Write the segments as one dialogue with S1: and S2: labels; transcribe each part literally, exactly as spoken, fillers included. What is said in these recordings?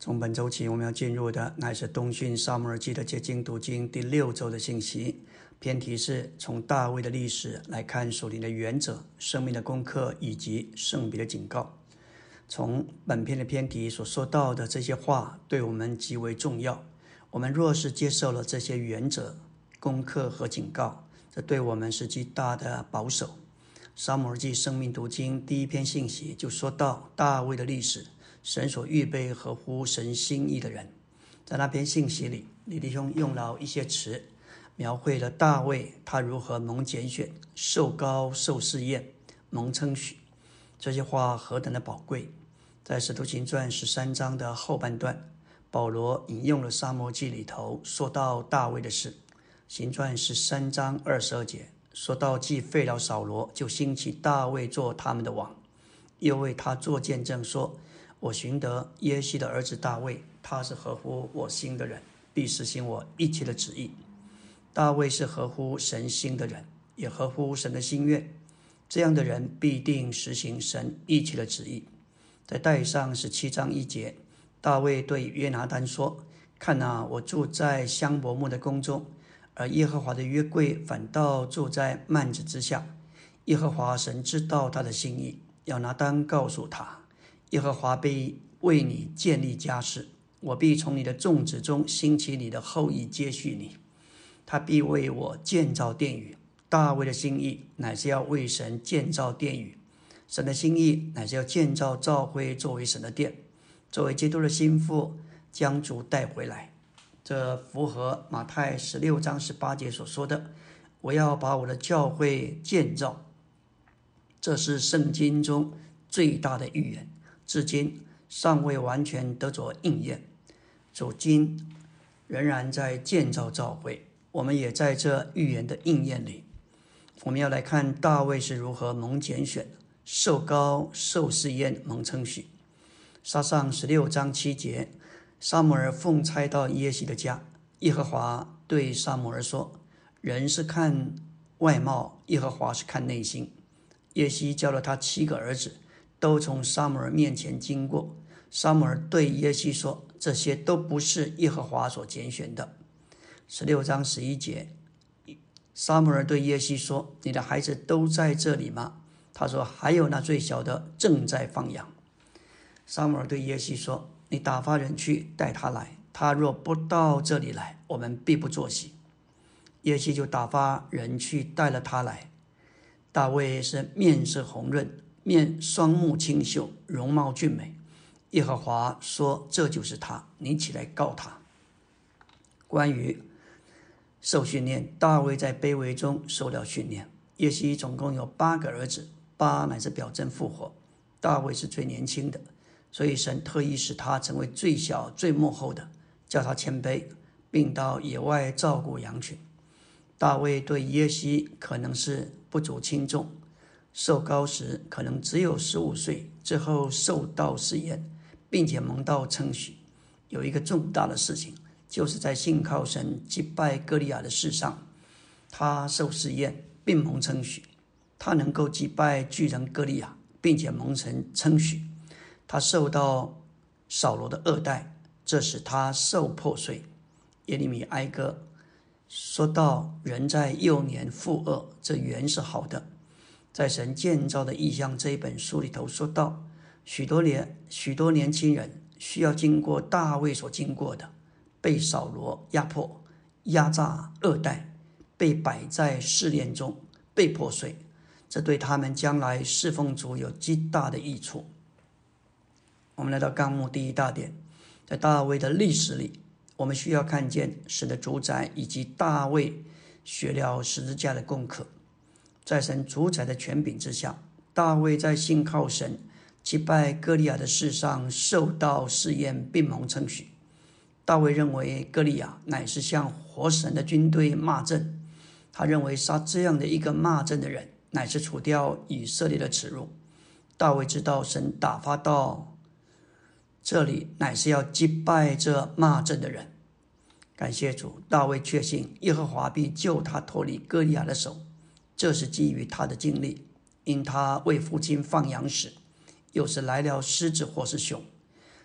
S1: 从本周起，我们要进入的乃是东讯撒母耳记的结晶读经第六周的信息。篇题是从大卫的历史来看属灵的原则、生命的功课以及圣别的警告。从本篇的篇题所说到的这些话对我们极为重要。我们若是接受了这些原则、功课和警告，这对我们是极大的保守。撒母耳记生命读经第一篇信息就说到大卫的历史，神所预备合乎神心意的人。在那篇信息里，李弟兄用了一些词，描绘了大卫他如何蒙拣选、受膏、受试验、蒙称许。这些话何等的宝贵！在使徒行传十三章的后半段，保罗引用了撒母耳记里头说到大卫的事。行传十三章二十二节说到，既废了扫罗，就兴起大卫做他们的王，又为他做见证说，我寻得耶西的儿子大卫，他是合乎我心的人，必实行我一切的旨意。大卫是合乎神心的人，也合乎神的心愿，这样的人必定实行神一切的旨意。在带上十七章一节，大卫对约拿单说，看啊，我住在香柏木的宫中，而耶和华的约柜反倒住在幔子之下。耶和华神知道他的心意，要拿单告诉他，耶和华必为你建立家室，我必从你的众子中兴起你的后裔接续你。他必为我建造殿宇。大卫的心意乃是要为神建造殿宇，神的心意乃是要建造教会作为神的殿，作为基督的心腹，将主带回来。这符合马太十六章十八节所说的，我要把我的教会建造。这是圣经中最大的预言，至今尚未完全得着应验。主今仍然在建造教会，我们也在这预言的应验里。我们要来看大卫是如何蒙拣选、受膏、受试验、蒙称许。撒上十六章七节，撒母耳奉差到耶西的家，耶和华对撒母耳说，人是看外貌，耶和华是看内心。耶西叫了他七个儿子，都从撒母耳面前经过。撒母耳对耶西说，这些都不是耶和华所拣选的。十六章十一节，撒母耳对耶西说，你的孩子都在这里吗？他说，还有那最小的正在放羊。撒母耳对耶西说，你打发人去带他来，他若不到这里来，我们必不作喜。耶西就打发人去带了他来。大卫是面色红润，面双目清秀，容貌俊美。耶和华说，这就是他，你起来告他。关于受训练，大卫在卑微中受了训练。耶西总共有八个儿子，八乃是表征复活。大卫是最年轻的，所以神特意使他成为最小最末后的，叫他谦卑，并到野外照顾羊群。大卫对耶西可能是不足轻重，受膏时可能只有十五岁，之后受到试验，并且蒙到称许。有一个重大的事情，就是在信靠神击败歌利亚的事上，他受试验并蒙称许。他能够击败巨人歌利亚，并且蒙神称许。他受到扫罗的恶待，这使他受破碎。耶利米哀歌说到，人在幼年负恶，这原是好的。在神建造的异象这一本书里头说到，许多年许多年轻人需要经过大卫所经过的，被扫罗压迫、压榨、恶待，被摆在试炼中，被破碎，这对他们将来侍奉主有极大的益处。我们来到纲目第一大点，在大卫的历史里，我们需要看见神的主宰以及大卫学了十字架的功课。在神主宰的权柄之下，大卫在信靠神击败歌利亚的事上受到试验，并蒙称许。大卫认为歌利亚乃是向活神的军队骂阵，他认为杀这样的一个骂阵的人，乃是除掉以色列的耻辱。大卫知道神打发到这里乃是要击败这骂阵的人。感谢主，大卫确信耶和华必救他脱离歌利亚的手，这是基于他的经历，因他为父亲放羊时，有时来了狮子或是熊，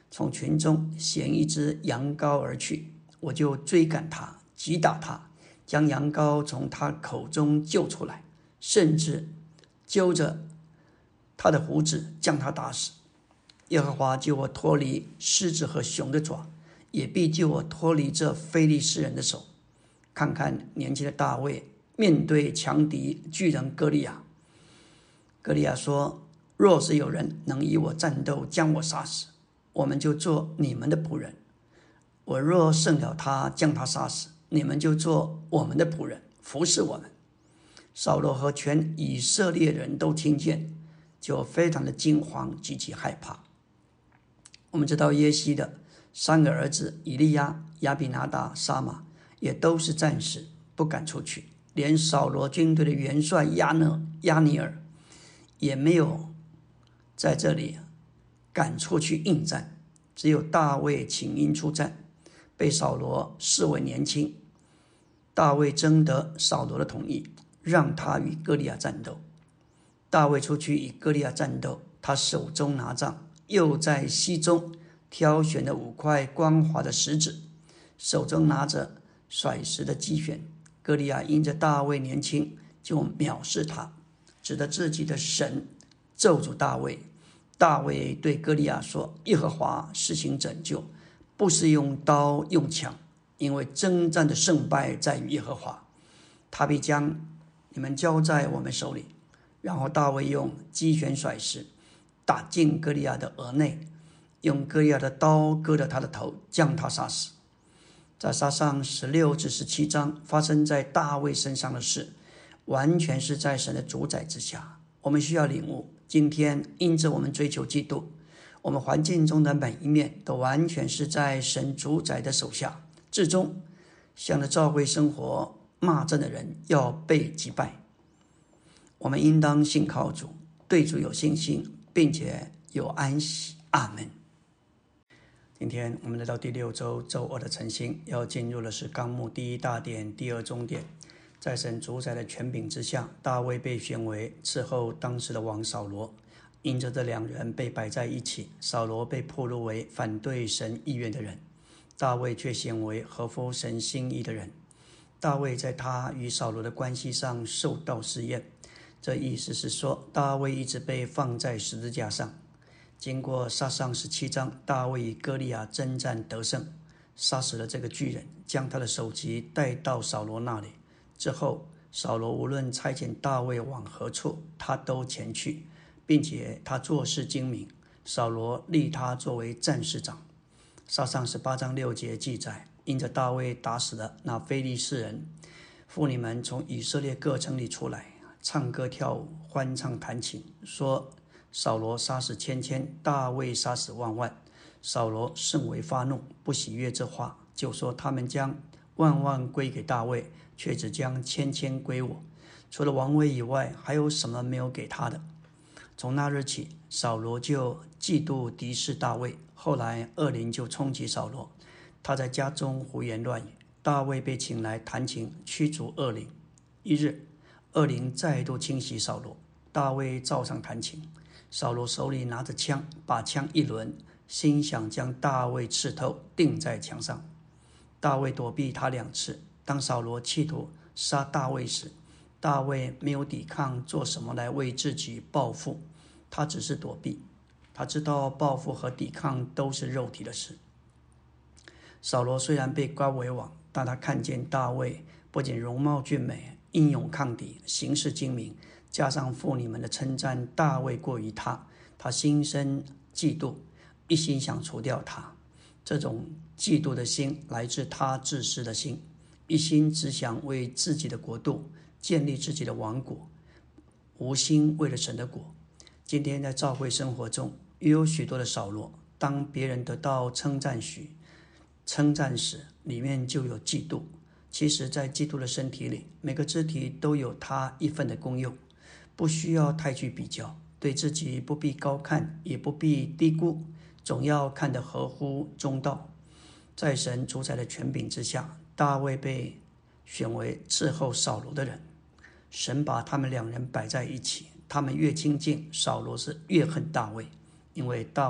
S1: 从群中衔一只羊羔而去，我就追赶他，击打他，将羊羔从他口中救出来，甚至揪着他的胡子将他打死。耶和华救我脱离狮子和熊的爪，也必救我脱离这非利士人的手。看看年轻的大卫面对强敌巨人歌利亚，歌利亚说，若是有人能与我战斗，将我杀死，我们就做你们的仆人。我若胜了他，将他杀死，你们就做我们的仆人，服侍我们。扫罗和全以色列人都听见，就非常的惊慌，极其害怕。我们知道耶西的三个儿子以利亚、亚比拿达、沙玛也都是战士，不敢出去，连扫罗军队的元帅亚勒亚尼尔也没有在这里赶出去应战，只有大卫请缨出战，被扫罗视为年轻。大卫征得扫罗的同意，让他与歌利亚战斗。大卫出去与歌利亚战斗，他手中拿杖，又在溪中挑选了五块光滑的石子，手中拿着甩石的机旋。歌利亚因着大卫年轻，就藐视他，指着自己的神咒诅大卫。大卫对歌利亚说，耶和华施行拯救，不是用刀用枪，因为征战的胜败在于耶和华，他必将你们交在我们手里。然后大卫用机旋甩石打进歌利亚的额内，用歌利亚的刀割了他的头，将他杀死。在撒上十六至十七章发生在大卫身上的事，完全是在神的主宰之下。我们需要领悟，今天因着我们追求基督，我们环境中的每一面都完全是在神主宰的手下。至终向着教会生活骂阵的人要被击败。我们应当信靠主，对主有信心，并且有安息。阿们。今天我们来到第六周周二的晨星，要进入的是纲目第一大点第二中点。在神主宰的权柄之下，大卫被选为伺候当时的王扫罗。因着这两人被摆在一起，扫罗被暴露为反对神意愿的人，大卫却显为合乎神心意的人。大卫在他与扫罗的关系上受到试验，这意思是说，大卫一直被放在十字架上。经过撒上十七章，大卫与歌利亚征战得胜，杀死了这个巨人，将他的首级带到扫罗那里。之后，扫罗无论差遣大卫往何处，他都前去，并且他做事精明，扫罗立他作为战士长。撒上十八章六节记载，因着大卫打死了那非利士人，妇女们从以色列各城里出来，唱歌跳舞，欢唱弹琴，说扫罗杀死千千，大卫杀死万万。扫罗甚为发怒，不喜悦这话，就说他们将万万归给大卫，却只将千千归我。除了王位以外，还有什么没有给他的？从那日起，扫罗就嫉妒敌视大卫。后来恶灵就冲击扫罗，他在家中胡言乱语。大卫被请来弹琴，驱逐恶灵。一日，恶灵再度侵袭扫罗，大卫照常弹琴。扫罗手里拿着枪，把枪一抡，心想将大卫刺透，钉在墙上。大卫躲避他两次。当扫罗企图杀大卫时，大卫没有抵抗，做什么来为自己报复？他只是躲避。他知道报复和抵抗都是肉体的事。扫罗虽然被抓为王，但他看见大卫不仅容貌俊美，英勇抗敌，行事精明，加上妇女们的称赞大卫过于他，他心生嫉妒，一心想除掉他。这种嫉妒的心来自他自私的心，一心只想为自己的国度建立自己的王国，无心为了神的国。今天在教会生活中，也有许多的扫罗，当别人得到称赞时，称赞时里面就有嫉妒。其实在基督的身体里，每个肢体都有他一份的功用，不需要太去比较，对自己不必高看，也不必低估，总要看得合乎中道。在神主宰的权柄之下，大卫被选为伺候扫罗的人。神把他们两人摆在一起，他们越亲近，扫罗是越恨大卫，因为大卫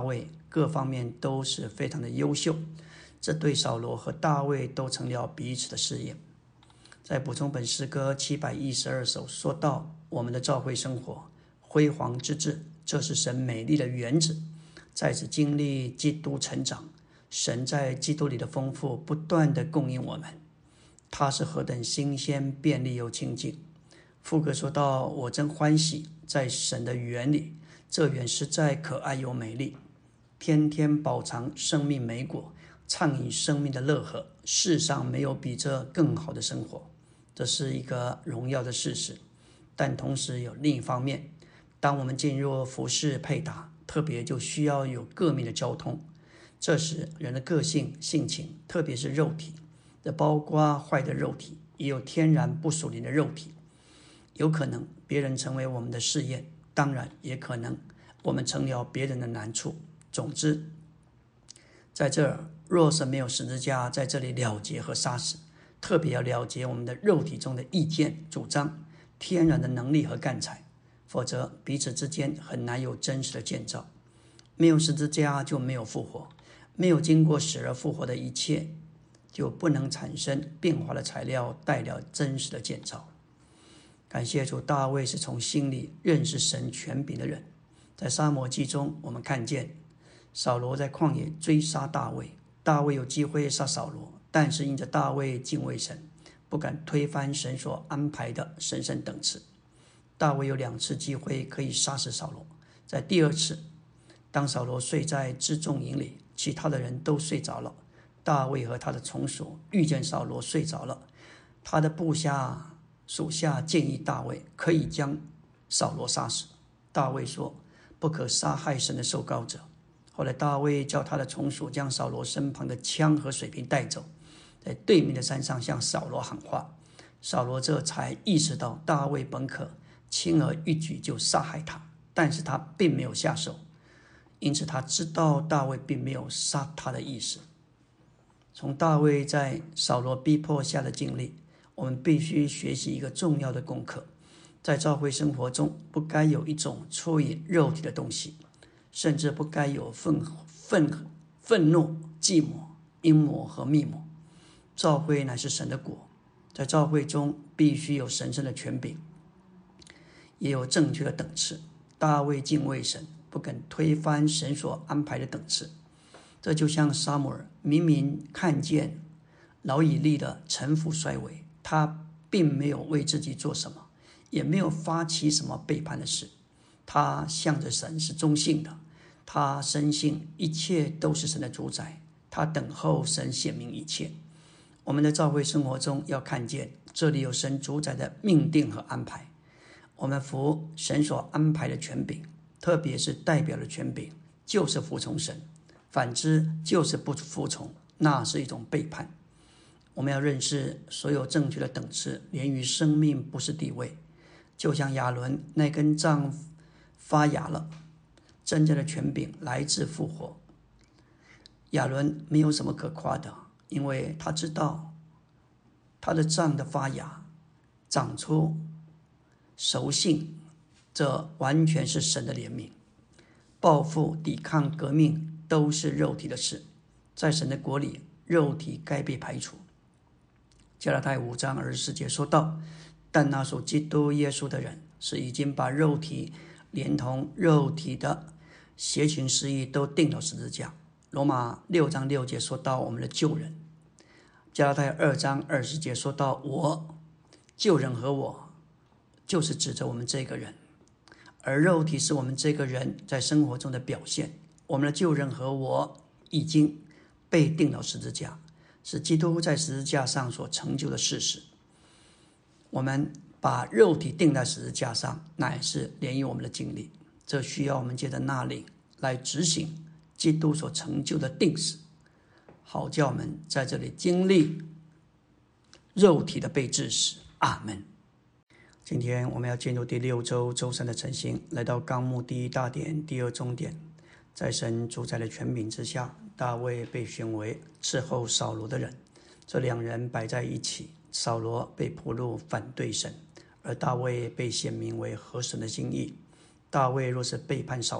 S1: 各方面都是非常的优秀，这对扫罗和大卫都成了彼此的试验。在补充本诗歌七百一十二首说到我们的教会生活辉煌之至，这是神美丽的园子，在此经历基督成长，神在基督里的丰富不断的供应我们，他是何等新鲜便利又清净。副歌说到，我真欢喜在神的园里，这园实在可爱又美丽，天天饱尝生命美果，畅饮生命的乐呵，世上没有比这更好的生活。这是一个荣耀的事实，但同时有另一方面，当我们进入服饰配搭，特别就需要有各面的交通。这时人的个性性情，特别是肉体，这包括坏的肉体，也有天然不属灵的肉体。有可能别人成为我们的试验，当然也可能我们成了别人的难处。总之，在这儿若是没有十字架在这里了结和杀死，特别要了结我们的肉体中的意见主张、天然的能力和干柴，否则彼此之间很难有真实的建造。没有十字架就没有复活，没有经过死而复活的一切，就不能产生变化的材料，带了真实的建造。感谢主，大卫是从心里认识神权柄的人。在撒母耳记中，我们看见扫罗在旷野追杀大卫，大卫有机会杀扫罗，但是因着大卫敬畏神，不敢推翻神所安排的神圣等次。大卫有两次机会可以杀死扫罗，在第二次，当扫罗睡在辎重营里，其他的人都睡着了，大卫和他的从属遇见扫罗睡着了，他的部下属下建议大卫可以将扫罗杀死。大卫说，不可杀害神的受膏者。后来大卫叫他的从属将扫罗身旁的枪和水瓶带走，在对面的山上向扫罗喊话。扫罗这才意识到大卫本可轻而易举就杀害他，但是他并没有下手，因此他知道大卫并没有杀他的意思。从大卫在扫罗逼迫下的经历，我们必须学习一个重要的功课，在教会生活中不该有一种出于肉体的东西，甚至不该有愤愤愤怒、寂寞、阴谋和密谋。教会乃是神的国，在教会中必须有神圣的权柄，也有正确的等次。大卫敬畏神，不肯推翻神所安排的等次。这就像撒母耳明明看见老以利的臣服衰微，他并没有为自己做什么，也没有发起什么背叛的事。他向着神是忠信的，他深信一切都是神的主宰，他等候神显明一切。我们的教会生活中要看见，这里有神主宰的命定和安排。我们服神所安排的权柄，特别是代表的权柄，就是服从神；反之就是不服从，那是一种背叛。我们要认识所有正确的等次，连于生命不是地位。就像亚伦那根杖发芽了，真正的权柄来自复活。亚伦没有什么可夸的，因为他知道他的杖的发芽长出熟性，这完全是神的怜悯。报复、抵抗、革命都是肉体的事，在神的国里，肉体该被排除。加拉太五章二十四节说道，但那属基督耶稣的人，是已经把肉体连同肉体的邪情私欲都钉到十字架。罗马六章六节说到我们的旧人。加拉太二章二十节说到我，旧人和我，就是指着我们这个人，而肉体是我们这个人在生活中的表现。我们的旧人和我已经被钉到十字架，是基督在十字架上所成就的事实。我们把肉体钉在十字架上，乃是连于我们的经历，这需要我们借着纳灵来执行基督所成就的定死，好叫我们在这里经历肉体的被治死。阿们。今天我们要进入第六周周三的晨星，来到纲目第一大点第二中点。在神主宰的权柄之下，大卫被选为伺候扫罗的人，这两人摆在一起，扫罗被铺路反对神，而大卫被显明为合神的心意。大卫若是背叛扫罗，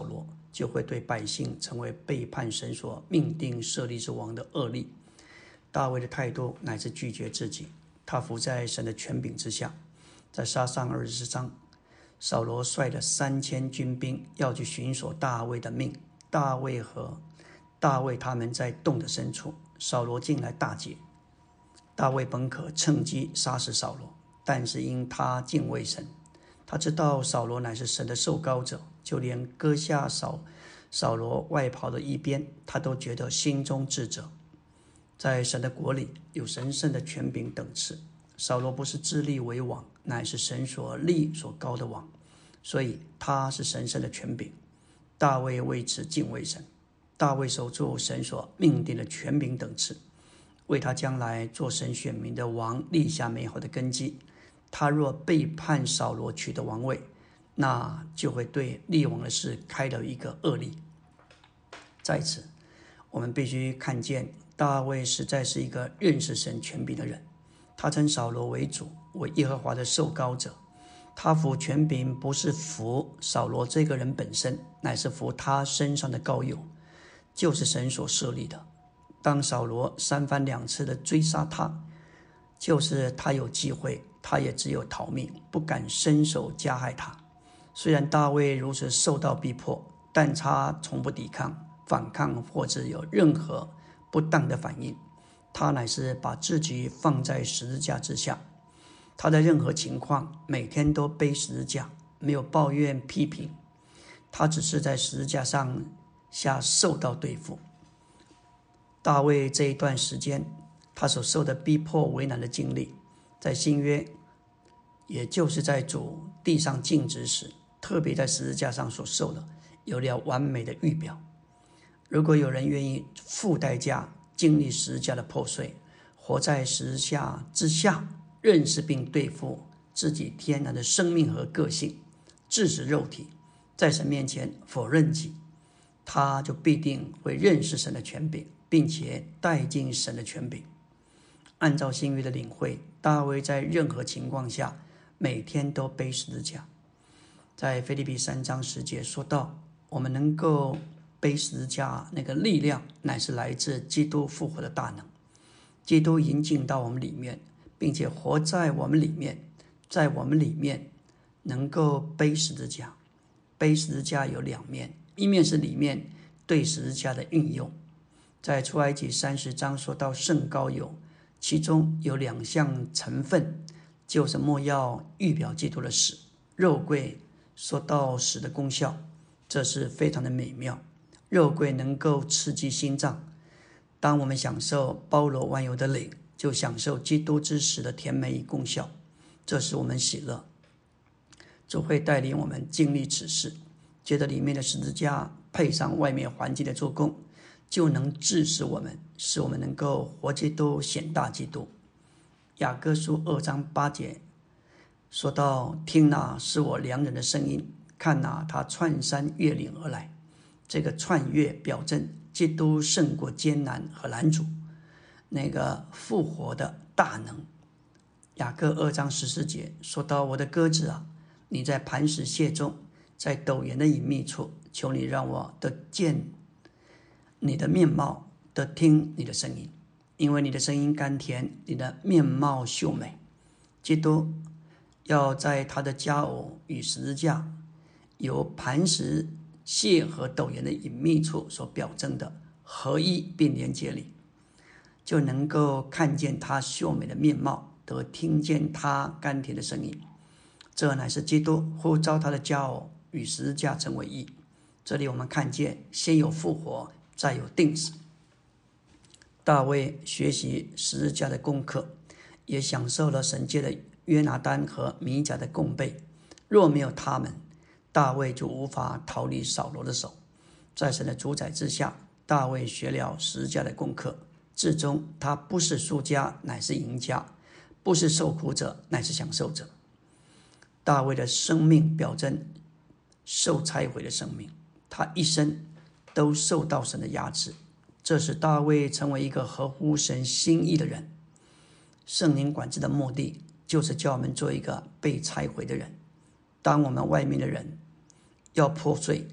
S1: 就会对百姓成为背叛神所命定设立之王的恶例。大卫的态度乃是拒绝自己，他服在神的权柄之下。在撒上二十章，扫罗率了三千军兵要去寻索大卫的命，大卫和大卫他们在洞的深处，扫罗进来大捷。大卫本可趁机杀死扫罗，但是因他敬畏神，他知道扫罗乃是神的受膏者，就连割下扫扫罗外袍的一边，他都觉得心中自责。在神的国里有神圣的权柄等次，扫罗不是自立为王，乃是神所立所膏的王，所以他是神圣的权柄。大卫为此敬畏神，大卫守住神所命定的权柄等次，为他将来做神选民的王立下美好的根基。他若背叛扫罗取得王位，那就会对立王的事开了一个恶例。在此我们必须看见大卫实在是一个认识神权柄的人。他称扫罗为主，为耶和华的受膏者。他服权柄不是服扫罗这个人本身，乃是服他身上的膏油，就是神所设立的。当扫罗三番两次的追杀他，就是他有机会，他也只有逃命，不敢伸手加害他。虽然大卫如此受到逼迫，但他从不抵抗、反抗或者有任何不当的反应，他乃是把自己放在十字架之下。他在任何情况每天都背十字架，没有抱怨批评，他只是在十字架上下受到对付。大卫这一段时间他所受的逼迫为难的经历，在新约，也就是在主地上尽职时，特别在十字架上所受的，有了完美的预表。如果有人愿意付代价经历十字架的破碎，活在十字架之下，认识并对付自己天然的生命和个性，制止肉体，在神面前否认己，他就必定会认识神的权柄，并且带进神的权柄。按照新约的领会，大卫在任何情况下每天都背十字架。在腓立比三章十节说到，我们能够背十字架，那个力量乃是来自基督复活的大能。基督已经进到我们里面，并且活在我们里面，在我们里面能够背十字架。背十字架有两面，一面是里面对十字架的运用。在出埃及三十章说到圣膏油，其中有两项成分，就是莫要预表基督的死。肉桂说到死的功效，这是非常的美妙。肉桂能够刺激心脏，当我们享受包罗万有的灵，就享受基督之死的甜美与功效，这使我们喜乐。主会带领我们经历此事，觉得里面的十字架配上外面环境的做工，就能致使我们，使我们能够活基督、显大基督。雅各书二章八节说到，听哪，是我良人的声音，看哪，他窜山越岭而来。这个窜越表证基督胜过艰难和拦阻，那个复活的大能。雅各二章十四节说到，我的鸽子啊，你在磐石穴中，在陡岩的隐秘处，求你让我得见你的面貌，得听你的声音，因为你的声音甘甜，你的面貌秀美。基督要在他的佳偶与十字架由磐石穴和陡岩的隐秘处所表征的合一并连接里，就能够看见他秀美的面貌，得听见他甘甜的声音。这乃是基督呼召他的佳偶与十字架成为一。这里我们看见先有复活，再有定死。大卫学习十字架的功课，也享受了神界的约拿单和米甲的供备。若没有他们，大卫就无法逃离扫罗的手。在神的主宰之下，大卫学了十字架的功课，至终他不是输家，乃是赢家；不是受苦者，乃是享受者。大卫的生命表征受拆毁的生命，他一生都受到神的压制，这使大卫成为一个合乎神心意的人。圣灵管制的目的，就是叫我们做一个被拆毁的人。当我们外面的人要破碎，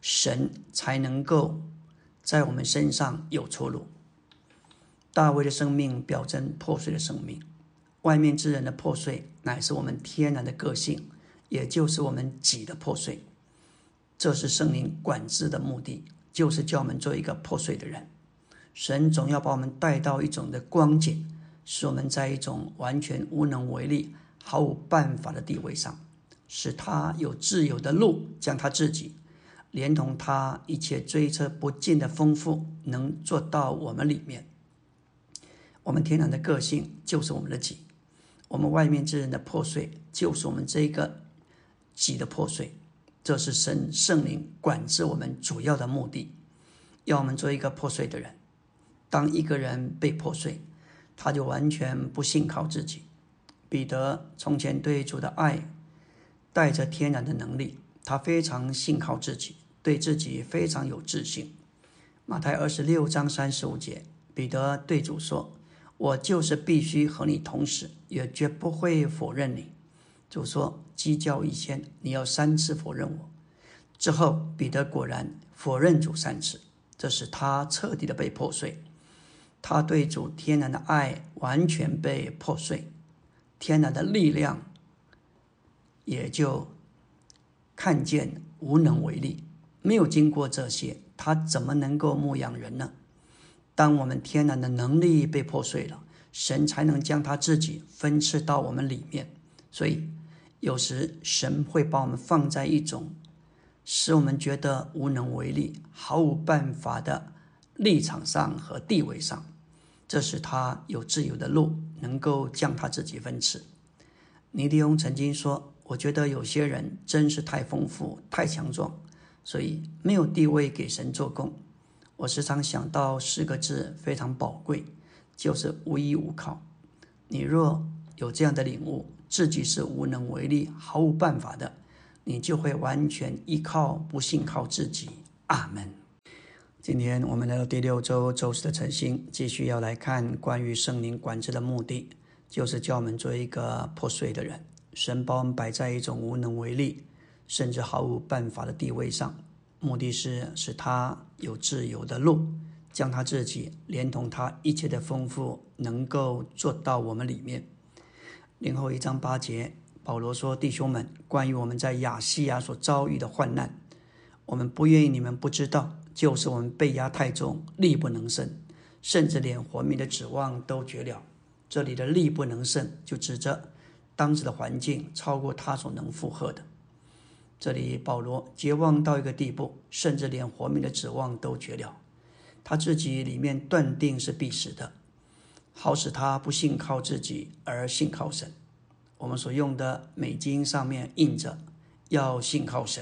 S1: 神才能够在我们身上有出路。大卫的生命表征破碎的生命，外面之人的破碎乃是我们天然的个性，也就是我们己的破碎。这是圣灵管制的目的，就是叫我们做一个破碎的人。神总要把我们带到一种的光景，使我们在一种完全无能为力、毫无办法的地位上，使他有自由的路，将他自己连同他一切追测不尽的丰富能做到我们里面。我们天然的个性就是我们的己，我们外面之人的破碎就是我们这个己的破碎。这是神圣灵管制我们主要的目的，要我们做一个破碎的人。当一个人被破碎，他就完全不信靠自己。彼得从前对主的爱带着天然的能力，他非常信靠自己，对自己非常有自信。马太二十六章三十五节，彼得对主说：我就是必须和你同死，也绝不会否认你。主说：鸡叫以前，你要三次否认我。之后彼得果然否认主三次，这使他彻底的被破碎。他对主天然的爱完全被破碎，天然的力量也就看见无能为力。没有经过这些，他怎么能够牧养人呢？当我们天然的能力被破碎了，神才能将他自己分赐到我们里面。所以有时神会把我们放在一种使我们觉得无能为力、毫无办法的立场上和地位上，这使他有自由的路，能够将他自己分赐。尼迪翁曾经说：我觉得有些人真是太丰富、太强壮，所以没有地位给神做工。我时常想到四个字非常宝贵，就是无依无靠。你若有这样的领悟，自己是无能为力、毫无办法的，你就会完全依靠，不信靠自己。阿们。今天我们来到第六周周四的晨星，继续要来看关于圣灵管制的目的，就是叫我们做一个破碎的人。神把我们摆在一种无能为力，甚至毫无办法的地位上，目的是使他有自由的路，将他自己连同他一切的丰富能够做到我们里面。林后一章八节，保罗说：弟兄们，关于我们在亚细亚所遭遇的患难，我们不愿意你们不知道，就是我们被压太重，力不能胜，甚至连活命的指望都绝了。这里的力不能胜，就指着当时的环境超过他所能负荷的。这里保罗绝望到一个地步，甚至连活命的指望都绝了。他自己里面断定是必死的，好使他不信靠自己而信靠神。我们所用的美经上面印着要信靠神，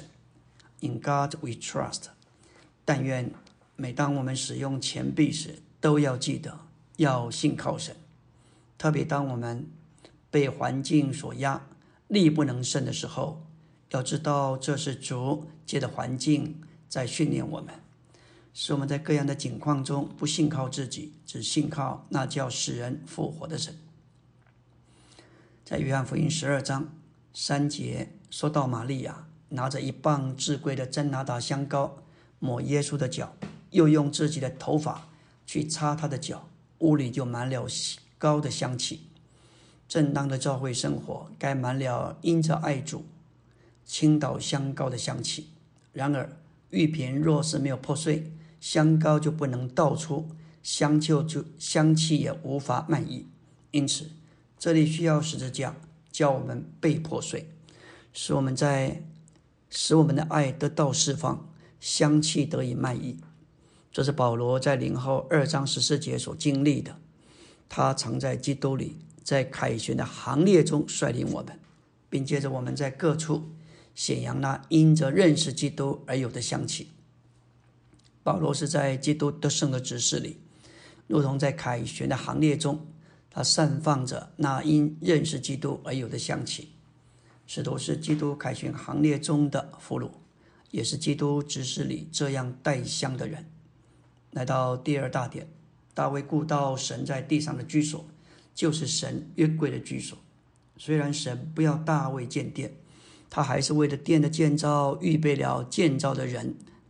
S1: In God we trust。 但愿每当我们使用钱币时，都要记得要信靠神。特别当我们被环境所压，力不能胜的时候，要知道这是主借着环境在训练我们，使我们在各样的境况中不信靠自己，只信靠那叫使人复活的神。在约翰福音十二章三节说到，玛利亚拿着一磅至贵的真拿达香膏抹耶稣的脚，又用自己的头发去擦他的脚，屋里就满了膏的香气。正当的教会生活该满了因着爱主倾倒香膏的香气。然而玉瓶若是没有破碎，香膏就不能倒出，香气就香气也无法满溢。因此这里需要十字架，叫我们被破碎，使我们在使我们的爱得到释放，香气得以满溢。这是保罗在林后二章十四节所经历的。他常在基督里，在凯旋的行列中率领我们，并借着我们在各处显扬那因着认识基督而有的香气。保罗是在基督得胜的指示里，如同在凯旋的行列中，他散放着那因认识基督而有的香气。使徒是基督凯旋行列中的俘虏，也是基督指示里这样带香的人。来到第二大点，大卫顾到神在地上的居所，就是神约柜的居所。虽然神不要大卫建殿，他还是为了殿的建造预备了建造的人，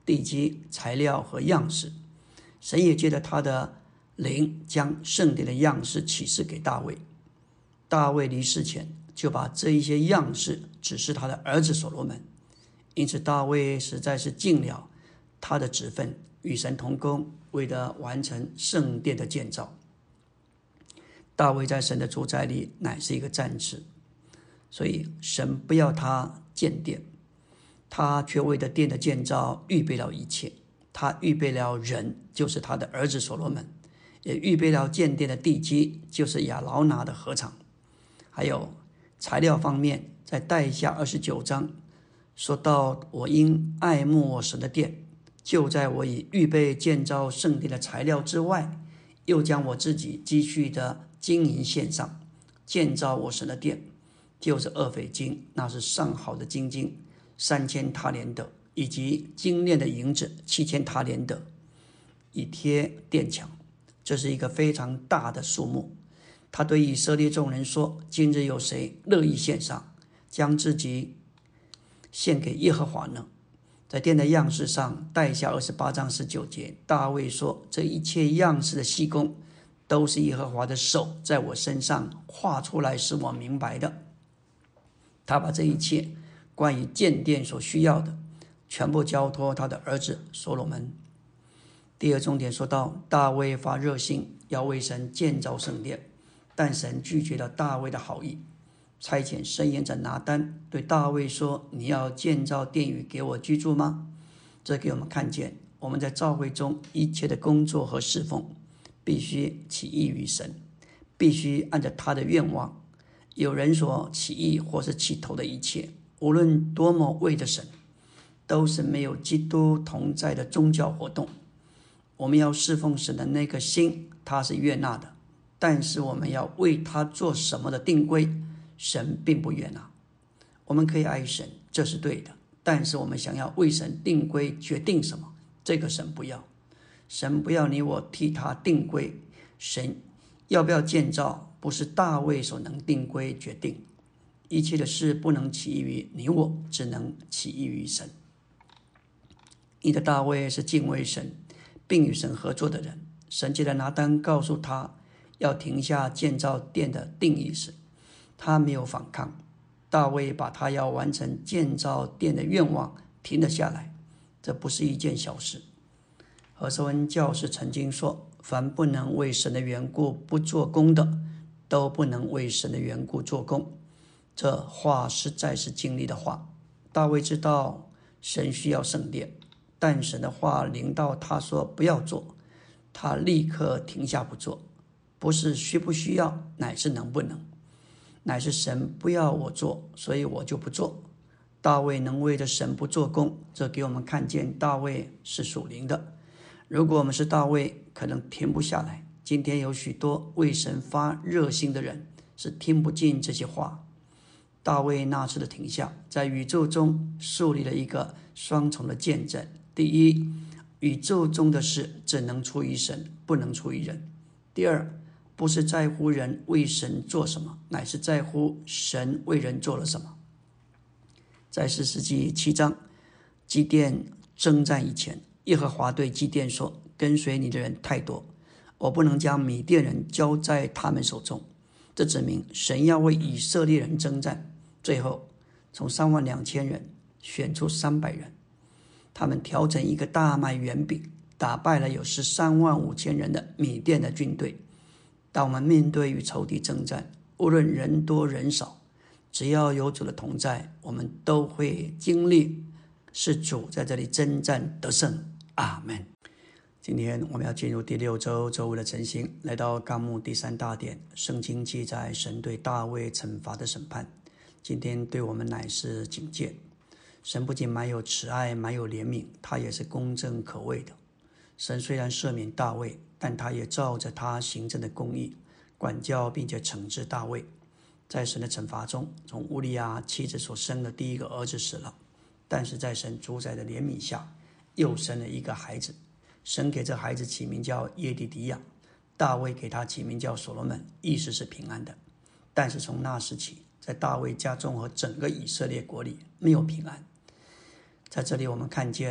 S1: 地基、材料和样式。神也借着他的灵将圣殿的样式启示给大卫。大卫离世前就把这一些样式指示他的儿子所罗门，因此大卫实在是尽了他的职分，与神同工，为了完成圣殿的建造。大卫在神的主宰里乃是一个战士，所以神不要他建殿，他却为了殿的建造预备了一切。他预备了人，就是他的儿子所罗门，也预备了建殿的地基，就是亚劳拿的禾场。还有材料方面，在带下二十九章说到，我因爱慕我神的殿，就在我已预备建造圣殿的材料之外，又将我自己积蓄的金银献上，建造我神的殿，就是二斐金，那是上好的金金，三千塔连德，以及精炼的银子七千塔连德，以贴殿墙。这是一个非常大的数目。他对以色列众人说，今日有谁乐意献上，将自己献给耶和华呢？在殿的样式上，带下二十八章十九节，大卫说，这一切样式的细工都是耶和华的手在我身上画出来，使我明白的。他把这一切关于建殿所需要的全部交托他的儿子所罗门。第二重点说到，大卫发热心要为神建造圣殿，但神拒绝了大卫的好意，差遣申言者拿单对大卫说，你要建造殿宇给我居住吗？这给我们看见，我们在教会中一切的工作和侍奉必须起意于神，必须按照他的愿望。有人所起意或是起头的一切，无论多么为着神，都是没有基督同在的宗教活动。我们要侍奉神的那个心，他是悦纳的，但是我们要为他做什么的定规，神并不悦纳。我们可以爱神，这是对的，但是我们想要为神定规决定什么，这个神不要。神不要你我替他定规，神要不要建造，不是大卫所能定规决定。一切的事不能起于你我，只能起于神。因的大卫是敬畏神并与神合作的人，神借着拿单告诉他要停下建造殿的定义时，他没有反抗。大卫把他要完成建造殿的愿望停了下来，这不是一件小事。何寿恩教士曾经说，凡不能为神的缘故不做工的，都不能为神的缘故做工。这话实在是经历的话。大卫知道神需要圣殿，但神的话临到他说不要做，他立刻停下不做。不是需不需要，乃是能不能，乃是神不要我做，所以我就不做。大卫能为着神不做工，这给我们看见大卫是属灵的。如果我们是大卫，可能停不下来。今天有许多为神发热心的人是听不进这些话。大卫那次的停下，在宇宙中树立了一个双重的见证。第一，宇宙中的事只能出于神，不能出于人。第二，不是在乎人为神做什么，乃是在乎神为人做了什么。在士师记七章，基甸征战以前，耶和华对基甸说，跟随你的人太多，我不能将米甸人交在他们手中。这指明神要为以色列人征战。最后从三万两千人选出三百人，他们调整一个大麦圆饼，打败了有十三万五千人的米甸的军队。当我们面对与仇敌征战，无论人多人少，只要有主的同在，我们都会经历是主在这里征战得胜。阿们。今天我们要进入第六周周五的晨星，来到纲目第三大点，圣经记载神对大卫惩罚的审判。今天对我们乃是警戒。神不仅满有慈爱，满有怜悯，他也是公正可畏的。神虽然赦免大卫，但他也照着他行政的公义管教并且惩治大卫。在神的惩罚中，从乌利亚妻子所生的第一个儿子死了，但是在神主宰的怜悯下，又生了一个孩子。神给这孩子起名叫耶底迪亚，大卫给他起名叫所罗门，意思是平安的。但是从那时起，在大卫家中和整个以色列国里没有平安。在这里我们看见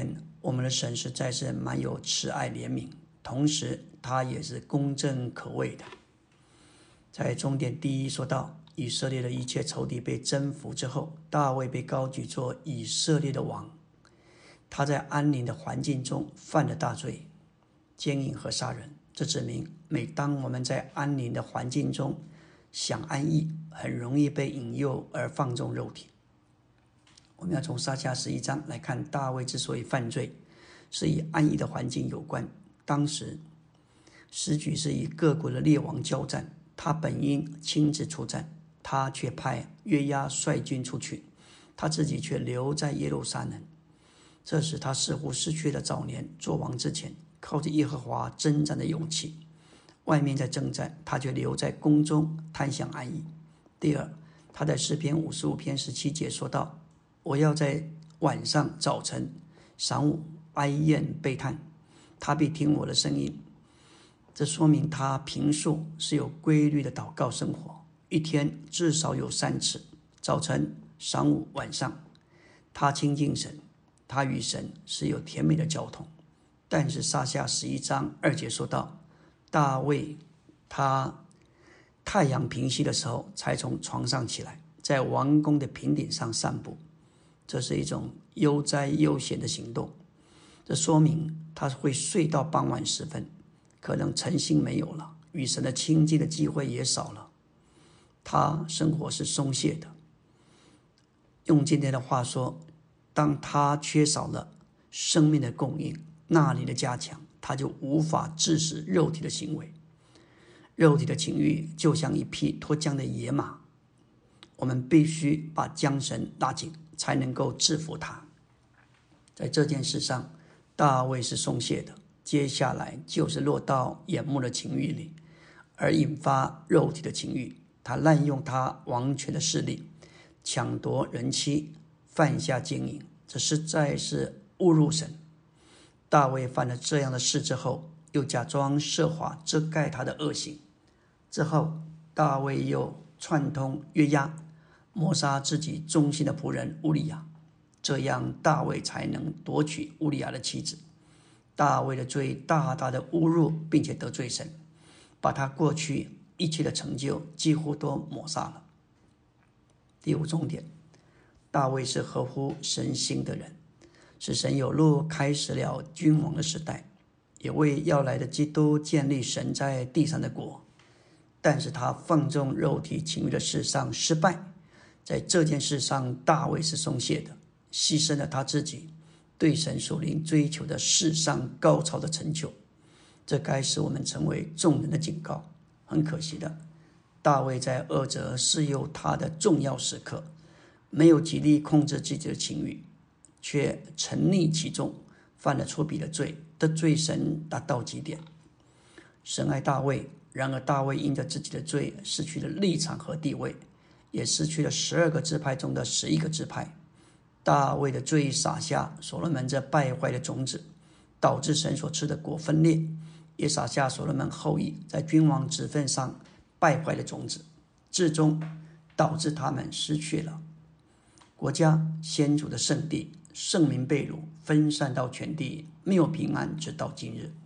S1: 我们的神实在是蛮有慈爱怜悯，同时他也是公正可畏的。在终点第一说到，以色列的一切仇敌被征服之后，大卫被高举作以色列的王。他在安宁的环境中犯了大罪，奸淫和杀人。这指明每当我们在安宁的环境中想安逸，很容易被引诱而放纵肉体。我们要从撒迦十一章来看，大卫之所以犯罪，是与安逸的环境有关。当时时局是与各国的列王交战，他本应亲自出战，他却派约押率军出去，他自己却留在耶路撒冷。这时他似乎失去了早年做王之前靠着耶和华征战的勇气。外面在征战，他却留在宫中贪享安逸。第二，他在诗篇五十五篇十七节说道：我要在晚上、早晨、晌午哀咽悲叹，他必听我的声音。这说明他平素是有规律的祷告生活，一天至少有三次，早晨、晌午、晚上，他亲近神，他与神是有甜美的交通。但是撒下十一章二节说到，大卫他太阳平息的时候才从床上起来，在王宫的平顶上散步，这是一种悠哉悠闲的行动。这说明他会睡到傍晚时分，可能晨星没有了，与神的亲近的机会也少了，他生活是松懈的。用今天的话说，当他缺少了生命的供应，那里的加强，他就无法致使肉体的行为。肉体的情欲就像一匹脱缰的野马，我们必须把缰绳拉紧，才能够制服它。在这件事上，大卫是松懈的，接下来就是落到眼目的情欲里，而引发肉体的情欲。他滥用他王权的势力，抢夺人妻，犯下奸淫，这实在是侮辱神。大卫犯了这样的事之后，又假装设法遮盖他的恶行。之后，大卫又串通约押，谋杀自己忠心的仆人乌利亚，这样大卫才能夺取乌利亚的妻子。大卫的罪大大的侮辱并且得罪神，把他过去一切的成就几乎都抹杀了。第五重点，大卫是合乎神心的人，使神有路开始了君王的时代，也为要来的基督建立神在地上的国。但是他放纵肉体情欲的事上失败，在这件事上大卫是松懈的，牺牲了他自己对神属灵追求的世上高潮的成就，这该使我们成为众人的警告。很可惜的，大卫在二者试诱他的重要时刻，没有极力控制自己的情欲，却沉溺其中，犯了出鄙的罪，得罪神达到极点。神爱大卫，然而大卫因着自己的罪失去了立场和地位，也失去了十二个支派中的十一个支派。大卫的罪撒下所罗门这败坏的种子，导致神所赐的国分裂，也撒下所罗门后裔在君王职分上败坏的种子，最终导致他们失去了国家先祖的圣地，圣民被掳，分散到全地，没有平安直到今日。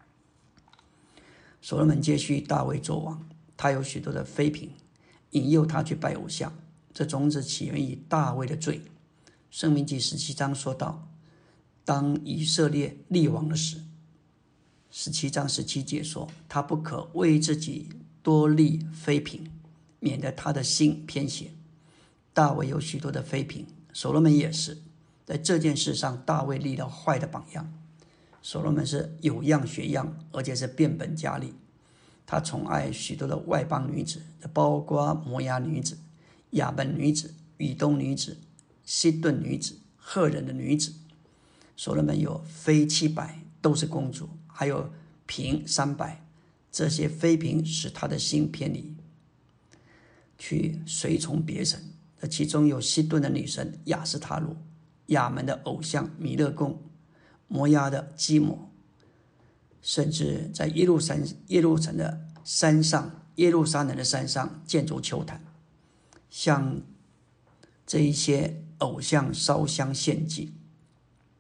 S1: 所罗门接续大卫做王，他有许多的妃嫔，引诱他去拜偶像，这种子起源于大卫的罪。申命记十七章说到，当以色列立王的时，十七章十七节说，他不可为自己多立妃嫔，免得他的心偏邪。大卫有许多的妃嫔，所罗门也是，在这件事上大卫立了坏的榜样。所罗门是有样学样，而且是变本加厉。他宠爱许多的外邦女子，包括摩押女子、亚扪女子、以东女子、西顿女子、赫人的女子。所罗门有妃七百，都是公主，还有嫔三百。这些妃嫔使他的心偏离，去随从别神。这其中有西顿的女神亚斯塔鲁，亚门的偶像弥勒宫，摩押的基摩，甚至在耶路山耶路城的山上，耶路撒冷的山上建筑丘坛，向这一些偶像烧香献祭。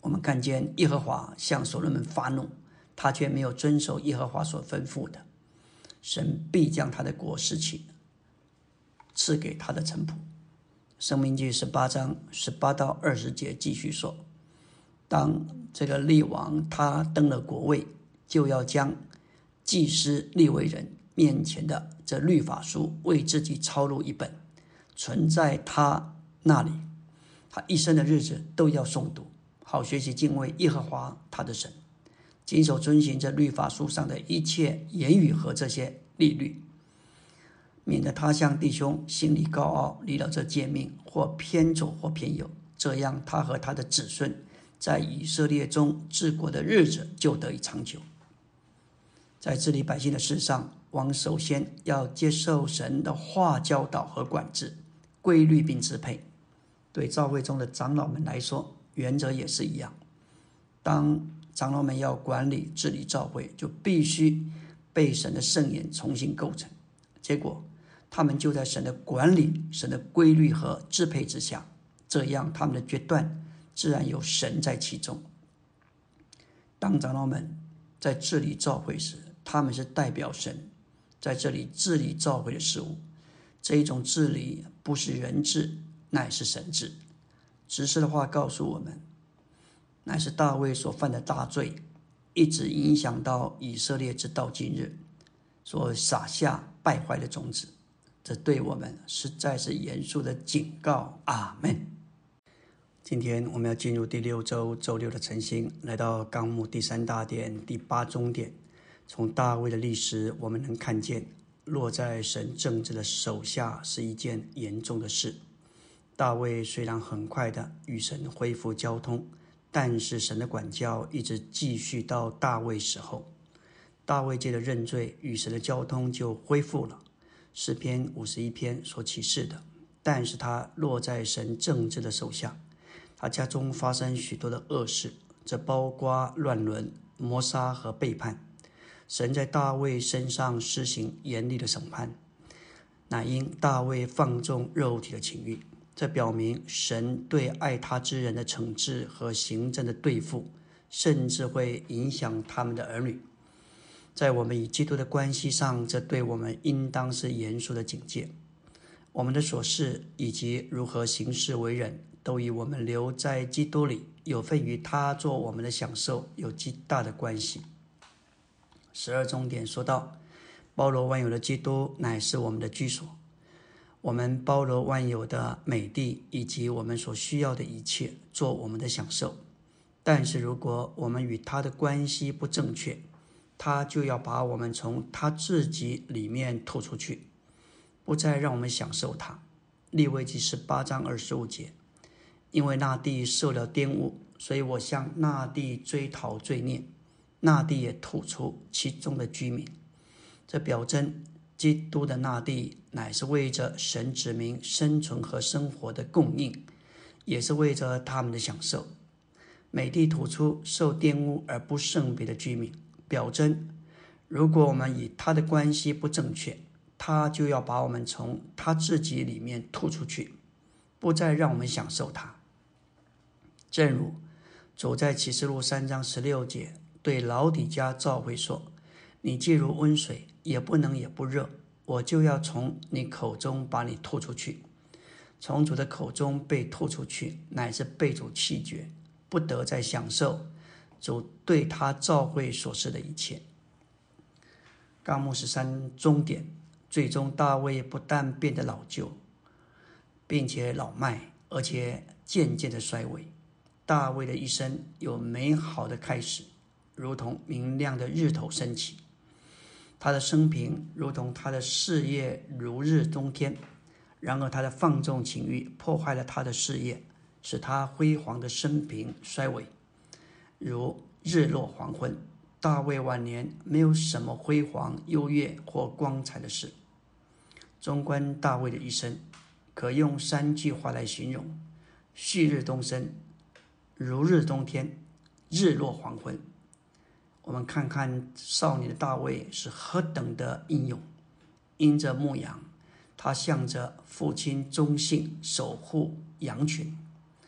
S1: 我们看见耶和华向所罗门发怒，他却没有遵守耶和华所吩咐的，神必将他的国拾起，赐给他的臣仆。申命记十八章十八到二十节继续说，当这个利王他登了国位，就要将祭司利未人面前的这律法书为自己抄录一本，存在他那里，他一生的日子都要诵读，好学习敬畏耶和华他的神，谨守遵行这律法书上的一切言语和这些律例，免得他向弟兄心里高傲，离了这诫命，或偏左或偏右，这样他和他的子孙在以色列中治国的日子就得以长久。在治理百姓的事上，王首先要接受神的话教导和管制、规律并支配。对教会中的长老们来说，原则也是一样。当长老们要管理治理教会，就必须被神的圣言重新构成，结果他们就在神的管理、神的规律和支配之下，这样他们的决断自然有神在其中。当长老们在治理教会时，他们是代表神在这里治理教会的事物。这一种治理不是人治，乃是神治。执事的话告诉我们，乃是大卫所犯的大罪，一直影响到以色列直到今日，所撒下败坏的种子。这对我们实在是严肃的警告。阿们。今天我们要进入第六周周六的晨星，来到纲目第三大点第八中点。从大卫的历史，我们能看见落在神政治的手下是一件严重的事。大卫虽然很快的与神恢复交通，但是神的管教一直继续到大卫死后。大卫借着认罪，与神的交通就恢复了，诗篇五十一篇所启示的。但是他落在神政治的手下，他家中发生许多的恶事，这包括乱伦、谋杀和背叛。神在大卫身上施行严厉的审判，乃因大卫放纵肉体的情欲。这表明神对爱他之人的惩治和行政的对付，甚至会影响他们的儿女。在我们与基督的关系上，这对我们应当是严肃的警戒。我们的所事以及如何行事为人，都与我们留在基督里，有份于他做我们的享受，有极大的关系。十二重点说到，包罗万有的基督乃是我们的居所，我们包罗万有的美地以及我们所需要的一切，做我们的享受。但是如果我们与他的关系不正确，他就要把我们从他自己里面吐出去，不再让我们享受他。利未记十八章二十五节，因为那地受了玷污，所以我向那地追讨罪孽，那地也吐出其中的居民。这表征基督的那地乃是为着神子民生存和生活的供应，也是为着他们的享受。美地吐出受玷污而不圣别的居民，表征如果我们与他的关系不正确，他就要把我们从他自己里面吐出去，不再让我们享受他。正如主在启示录三章十六节对老底嘉教会说，你既如温水，也不冷也不热，我就要从你口中把你吐出去。从主的口中被吐出去，乃是被主弃绝，不得再享受主对他教会所示的一切。纲目十三终点，最终大卫不但变得老旧，并且老迈，而且渐渐的衰微。大卫的一生有美好的开始，如同明亮的日头升起。他的生平如同他的事业如日中天，然而他的放纵情欲破坏了他的事业，使他辉煌的生平衰微，如日落黄昏。大卫晚年没有什么辉煌、优越或光彩的事。纵观大卫的一生，可用三句话来形容：旭日东升，如日中天，日落黄昏。我们看看少年的大卫是何等的英勇。因着牧羊，他向着父亲忠信守护羊群。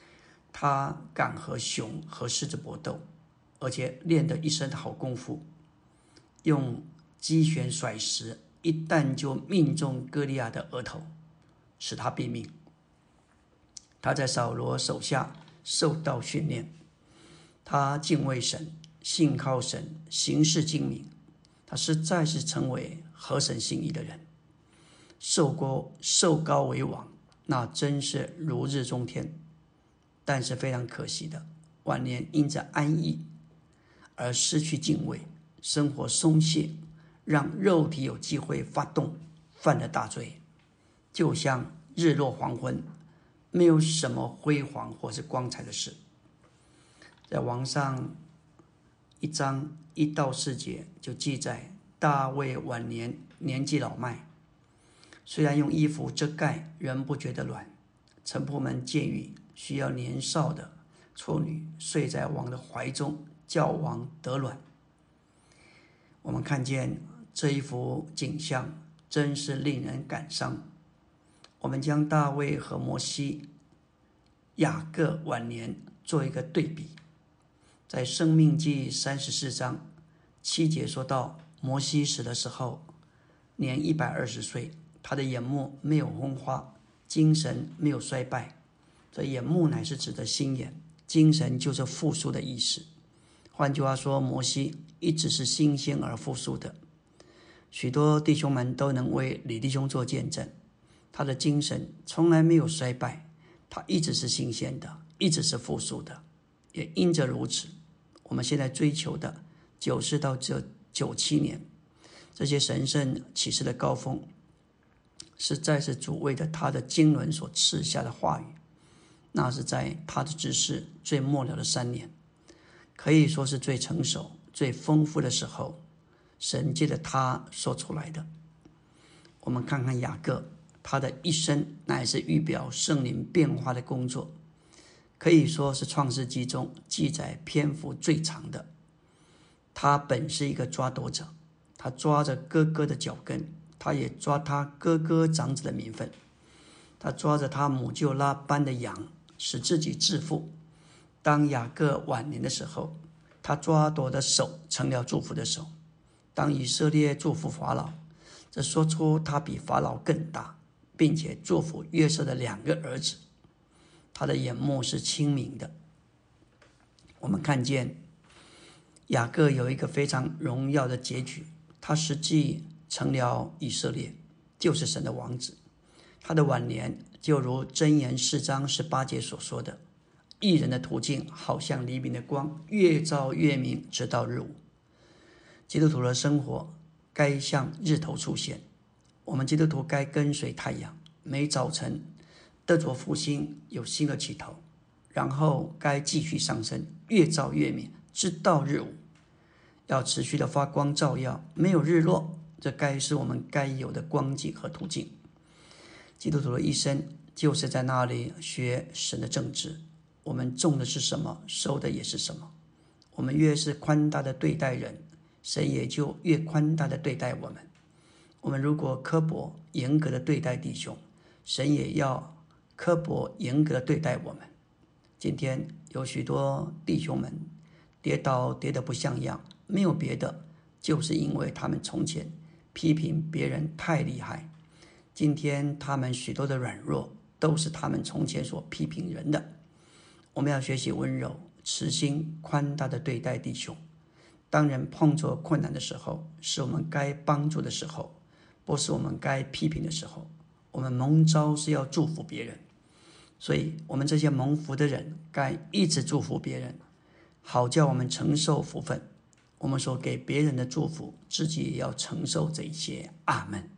S1: 他敢和熊和狮子搏斗，而且练得一身好功夫，用击旋甩石，一弹就命中歌利亚的额头，使他毙命。他在扫罗手下受到训练，他敬畏神，信靠神，行事精明，他实在是成为合神心意的人。受高受高为王，那真是如日中天。但是非常可惜的，晚年因着安逸而失去敬畏，生活松懈，让肉体有机会发动，犯了大罪。就像日落黄昏，没有什么辉煌或是光彩的事。在王上一章一到四节就记载，大卫晚年年纪老迈，虽然用衣服遮盖，仍不觉得暖。臣仆们建议需要年少的处女睡在王的怀中，叫王得暖。我们看见这一幅景象，真是令人感伤。我们将大卫和摩西、雅各晚年做一个对比。在申命记三十四章七节说到，摩西死的时候年一百二十岁，他的眼目没有昏花，精神没有衰败。这眼目乃是指的心眼，精神就是复苏的意思。换句话说，摩西一直是新鲜而复苏的。许多弟兄们都能为李弟兄做见证，他的精神从来没有衰败，他一直是新鲜的，一直是复苏的。也因着如此，我们现在追求的九四到九七年这些神圣启示的高峰，实在是主为了他的经纶所赐下的话语。那是在他的执事最末了的三年，可以说是最成熟最丰富的时候，神借着他说出来的。我们看看雅各，他的一生乃是预表圣灵变化的工作，可以说是创世纪中记载篇幅最长的。他本是一个抓夺者，他抓着哥哥的脚跟，他也抓他哥哥长子的名分，他抓着他母舅拉班的羊，使自己致富。当雅各晚年的时候，他抓夺的手成了祝福的手。当以色列祝福法老，这说出他比法老更大，并且祝福约瑟的两个儿子。他的眼目是清明的。我们看见雅各有一个非常荣耀的结局，他实际成了以色列，就是神的王子。他的晚年就如箴言四章十八节所说的，义人的途径好像黎明的光，越照越明，直到日午。基督徒的生活该像日头出现，我们基督徒该跟随太阳，每早晨得着复兴，有新的起头，然后该继续上升，越照越明，直到日午。要持续的发光照耀，没有日落，这该是我们该有的光景和途径。基督徒的一生就是在那里学神的正直，我们种的是什么，收的也是什么。我们越是宽大的对待人，神也就越宽大的对待我们。我们如果刻薄严格的对待弟兄，神也要刻薄严格的对待我们。今天有许多弟兄们跌倒跌得不像样，没有别的，就是因为他们从前批评别人太厉害。今天他们许多的软弱，都是他们从前所批评人的。我们要学习温柔、慈心、宽大的对待弟兄。当人碰着困难的时候，是我们该帮助的时候，不是我们该批评的时候。我们蒙召是要祝福别人，所以我们这些蒙福的人该一直祝福别人，好叫我们承受福分。我们所给别人的祝福，自己也要承受这一些。阿们。